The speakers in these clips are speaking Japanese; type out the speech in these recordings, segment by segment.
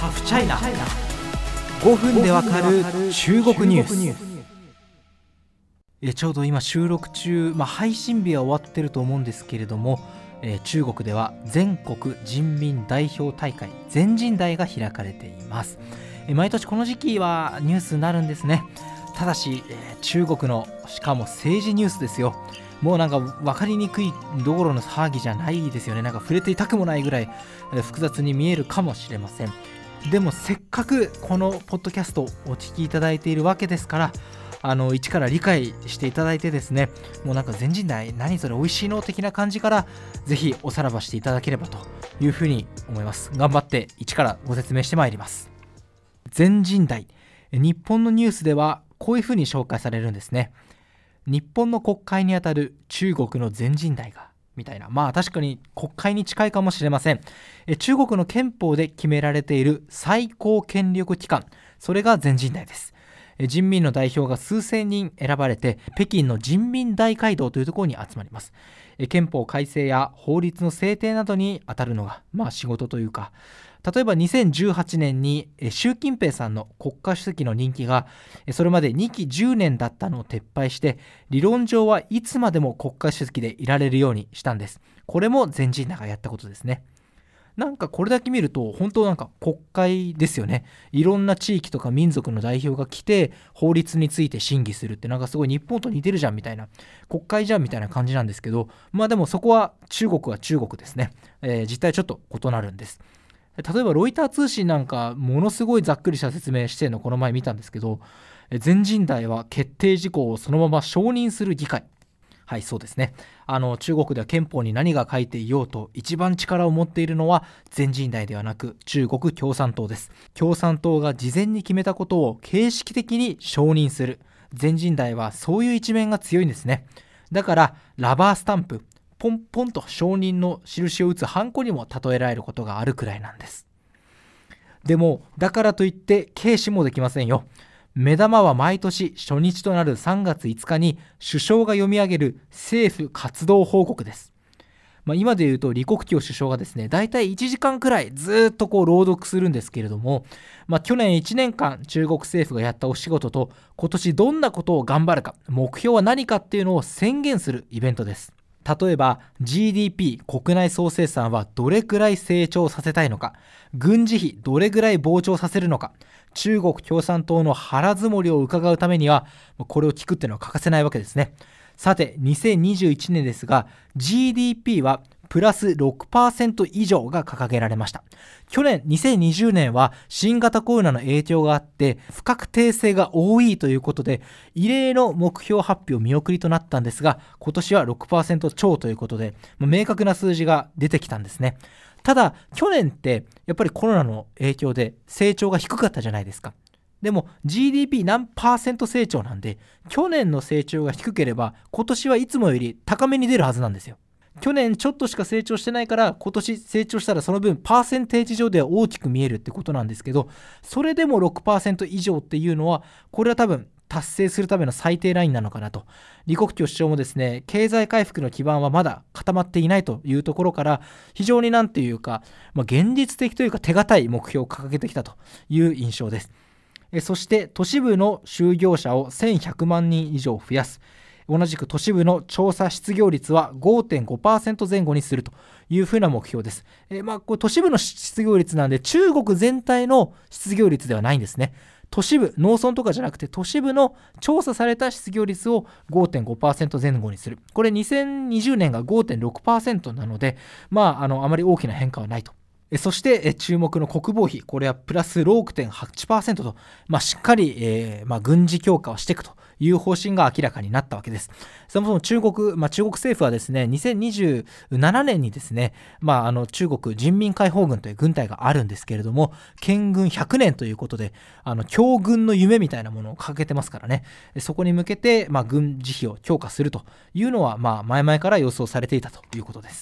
ハフチャイナ、5分でわかる中国ニュース。ちょうど今収録中、配信日は終わってると思うんですけれども、中国では全国人民代表大会全人代が開かれています。毎年この時期はニュースになるんですね。ただし、中国のしかも政治ニュースですよ。もうなんか分かりにくいどころの騒ぎじゃないですよね。なんか触れていたくもないぐらい複雑に見えるかもしれません。でもせっかくこのポッドキャストをお聞きいただいているわけですから、一から理解していただいてですね、もうなんか全人代何それ美味しいの的な感じからぜひおさらばしていただければというふうに思います。頑張って一からご説明してまいります。全人代、日本のニュースではこういうふうに紹介されるんですね。日本の国会にあたる中国の全人代がみたいな、確かに国会に近いかもしれません。中国の憲法で決められている最高権力機関、それが全人代です。人民の代表が数千人選ばれて北京の人民大会堂というところに集まります。憲法改正や法律の制定などに当たるのが仕事というか、例えば2018年に習近平さんの国家主席の任期がそれまで2期10年だったのを撤廃して、理論上はいつまでも国家主席でいられるようにしたんです。これも全人代がやったことですね。なんかこれだけ見ると本当なんか国会ですよね。いろんな地域とか民族の代表が来て法律について審議するって、なんかすごい日本と似てるじゃんみたいな、国会じゃんみたいな感じなんですけど、でもそこは中国は中国ですね。実態ちょっと異なるんです。例えばロイター通信なんかものすごいざっくりした説明してるのこの前見たんですけど、全人代は決定事項をそのまま承認する議会。はい、そうですね。中国では憲法に何が書いていようと一番力を持っているのは全人代ではなく中国共産党です。共産党が事前に決めたことを形式的に承認する。全人代はそういう一面が強いんですね。だからラバースタンプ、ポンポンと承認の印を打つハンコにも例えられることがあるくらいなんです。でもだからといって軽視もできませんよ。目玉は毎年初日となる3月5日に首相が読み上げる政府活動報告です。今でいうと李克強首相がですね、だいたい1時間くらいずっと朗読するんですけれども、去年1年間中国政府がやったお仕事と今年どんなことを頑張るか、目標は何かっていうのを宣言するイベントです。例えば GDP 国内総生産はどれくらい成長させたいのか、軍事費どれくらい膨張させるのか、中国共産党の腹積もりを伺うためにはこれを聞くっていうのは欠かせないわけですね。さて2021年ですが GDP はプラス 6% 以上が掲げられました。去年2020年は新型コロナの影響があって不確定性が多いということで異例の目標発表見送りとなったんですが、今年は 6% 超ということで明確な数字が出てきたんですね。ただ去年ってやっぱりコロナの影響で成長が低かったじゃないですか。でも GDP 何%成長なんで、去年の成長が低ければ今年はいつもより高めに出るはずなんですよ。去年ちょっとしか成長してないから今年成長したらその分パーセンテージ上では大きく見えるってことなんですけど、それでも 6% 以上っていうのはこれは多分達成するための最低ラインなのかなと。李克強首相もですね、経済回復の基盤はまだ固まっていないというところから非常になんていうか、現実的というか手堅い目標を掲げてきたという印象です。そして都市部の就業者を1100万人以上増やす。同じく都市部の調査失業率は 5.5% 前後にするというふうな目標です。これ都市部の失業率なんで中国全体の失業率ではないんですね。都市部、農村とかじゃなくて都市部の調査された失業率を 5.5% 前後にする。これ2020年が 5.6% なので、あまり大きな変化はないと。そして注目の国防費、これはプラス 6.8% と、しっかり、軍事強化をしていくという方針が明らかになったわけです。そもそも中国政府はですね、2027年にですね、中国人民解放軍という軍隊があるんですけれども、建軍100年ということで、強軍の夢みたいなものを掲げてますからね。そこに向けて、軍事費を強化するというのは、前々から予想されていたということです。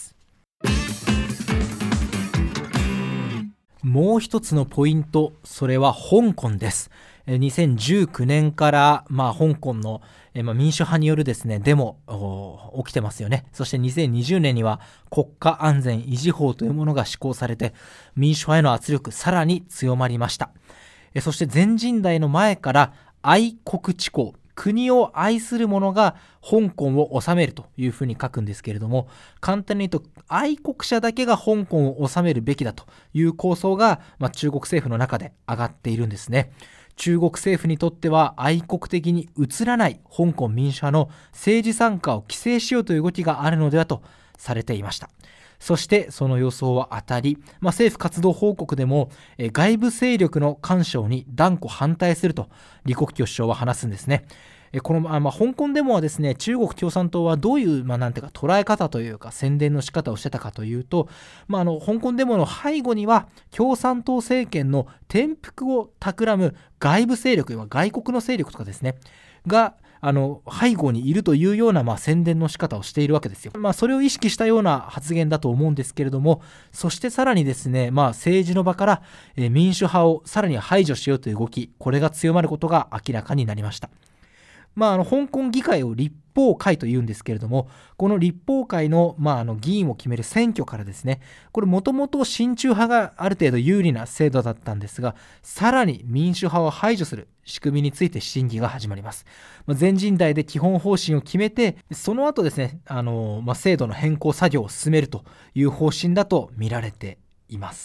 もう一つのポイント、それは香港です。2019年から、香港の、 民主派によるですねデモ起きてますよね。そして2020年には国家安全維持法というものが施行されて、民主派への圧力さらに強まりました。そして全人代の前から愛国知項、国を愛する者が香港を治めるというふうに書くんですけれども、簡単に言うと愛国者だけが香港を治めるべきだという構想が、中国政府の中で上がっているんですね。中国政府にとっては愛国的に映らない香港民主派の政治参加を規制しようという動きがあるのではとされていました。そしてその予想は当たり、政府活動報告でも外部勢力の干渉に断固反対すると李克強首相は話すんですね。この香港デモはですね、中国共産党はどういうなんていうか捉え方というか宣伝の仕方をしてたかというと、香港デモの背後には共産党政権の転覆を企む外部勢力、外国の勢力とかですねが背後にいるというような宣伝の仕方をしているわけですよ。それを意識したような発言だと思うんですけれども、そしてさらにですね、政治の場から民主派をさらに排除しようという動き、これが強まることが明らかになりました。香港議会を立法会というんですけれども、この立法会の、議員を決める選挙からですね、これもともと親中派がある程度有利な制度だったんですが、さらに民主派を排除する仕組みについて審議が始まります。全人代で基本方針を決めて、その後ですね、制度の変更作業を進めるという方針だと見られています。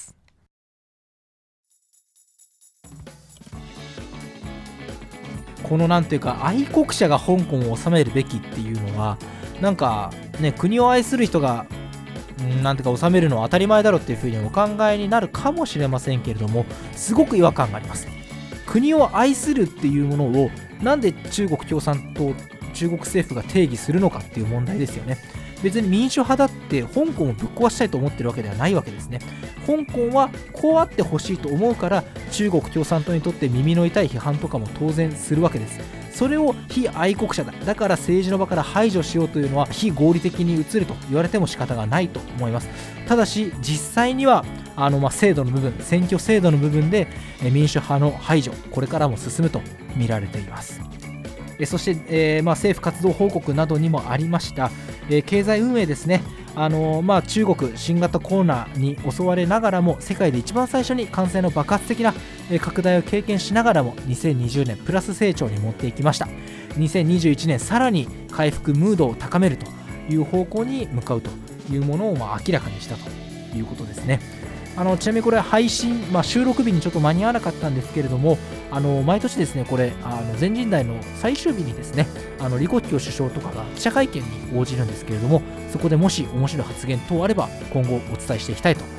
このなんていうか愛国者が香港を治めるべきっていうのはなんかね、国を愛する人がなんていうか治めるのは当たり前だろうっていうふうにお考えになるかもしれませんけれども、すごく違和感があります。国を愛するっていうものをなんで中国共産党、中国政府が定義するのかっていう問題ですよね。別に民主派だって香港をぶっ壊したいと思ってるわけではないわけですね。香港はこうあってほしいと思うから中国共産党にとって耳の痛い批判とかも当然するわけです。それを非愛国者だから政治の場から排除しようというのは非合理的に映ると言われても仕方がないと思います。ただし実際には制度の部分、選挙制度の部分で民主派の排除、これからも進むと見られています。そして、政府活動報告などにもありました、経済運営ですね。中国新型コロナに襲われながらも世界で一番最初に感染の爆発的な拡大を経験しながらも2020年プラス成長に持っていきました。2021年さらに回復ムードを高めるという方向に向かうというものを明らかにしたということですね。ちなみにこれ配信、収録日にちょっと間に合わなかったんですけれども、毎年ですね、これ全人代の最終日にですね、李克強首相とかが記者会見に応じるんですけれども、そこでもし面白い発言等あれば今後お伝えしていきたいと